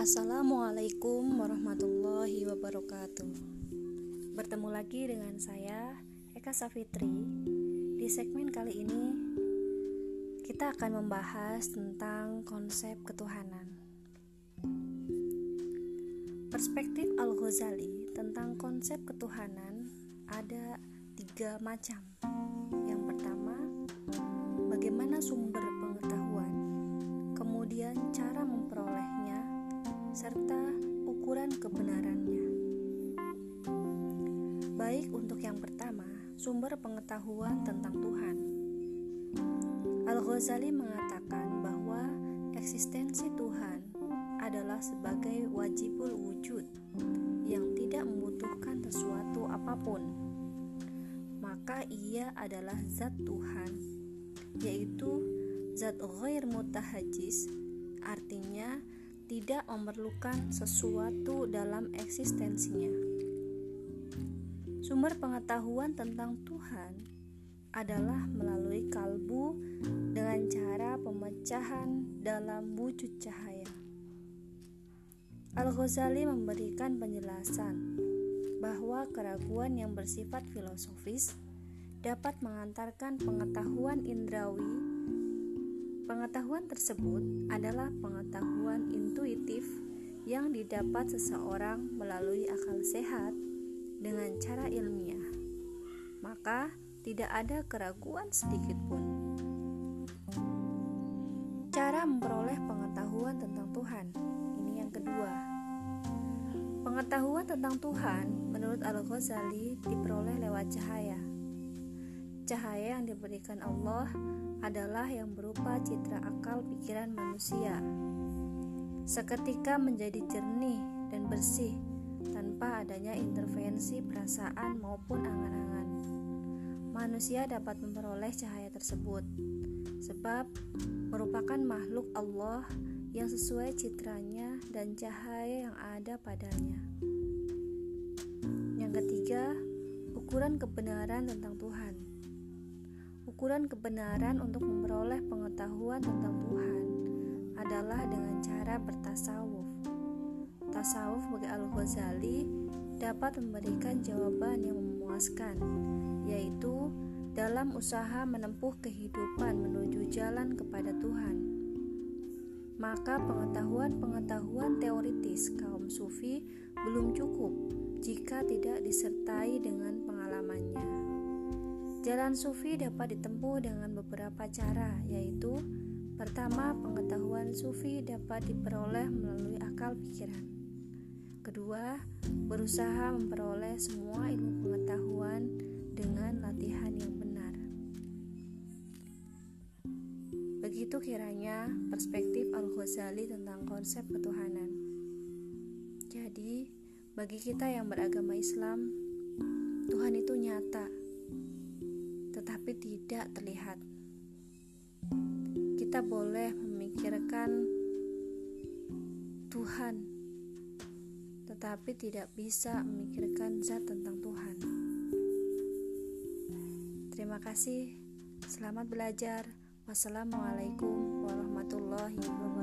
Assalamualaikum warahmatullahi wabarakatuh. Bertemu lagi dengan saya, Eka Safitri. Di segmen kali ini kita akan membahas tentang konsep ketuhanan. Perspektif Al-Ghazali tentang konsep ketuhanan ada 3 macam. Yang pertama, bagaimana sumber pengetahuan, kemudian cara memperolehnya, serta ukuran kebenarannya. Baik, untuk yang pertama, sumber pengetahuan tentang Tuhan. Al-Ghazali mengatakan bahwa eksistensi Tuhan adalah sebagai wajibul wujud yang tidak membutuhkan sesuatu apapun. Maka ia adalah zat Tuhan, yaitu zat ghair mutahajiz, artinya tidak memerlukan sesuatu dalam eksistensinya. Sumber pengetahuan tentang Tuhan adalah melalui kalbu dengan cara pemecahan dalam wujud cahaya. Al-Ghazali memberikan penjelasan bahwa keraguan yang bersifat filosofis dapat mengantarkan pengetahuan indrawi. Pengetahuan tersebut adalah pengetahuan intuitif yang didapat seseorang melalui akal sehat dengan cara ilmiah. Maka tidak ada keraguan sedikit pun. Cara memperoleh pengetahuan tentang Tuhan. Ini yang kedua. Pengetahuan tentang Tuhan menurut Al-Ghazali diperoleh lewat cahaya. Cahaya yang diberikan Allah adalah yang berupa citra akal pikiran manusia, seketika menjadi jernih dan bersih tanpa adanya intervensi perasaan maupun angan-angan. Manusia dapat memperoleh cahaya tersebut sebab merupakan makhluk Allah yang sesuai citranya dan cahaya yang ada padanya. Yang ketiga, ukuran kebenaran tentang Tuhan. Ukuran kebenaran untuk memperoleh pengetahuan tentang Tuhan adalah dengan cara bertasawuf. Tasawuf bagi Al-Ghazali dapat memberikan jawaban yang memuaskan, yaitu dalam usaha menempuh kehidupan menuju jalan kepada Tuhan. Maka pengetahuan-pengetahuan teoritis kaum sufi belum cukup jika tidak disertai dengan pengalamannya. Jalan sufi dapat ditempuh dengan beberapa cara, yaitu pertama, pengetahuan sufi dapat diperoleh melalui akal pikiran. Kedua, berusaha memperoleh semua ilmu pengetahuan dengan latihan yang benar. Begitu kiranya perspektif Al-Ghazali tentang konsep ketuhanan. Jadi, bagi kita yang beragama Islam, Tuhan itu nyata, tetapi tidak terlihat. Kita boleh memikirkan Tuhan, tetapi tidak bisa memikirkan zat tentang Tuhan. Terima kasih. Selamat belajar. Wassalamualaikum warahmatullahi wabarakatuh.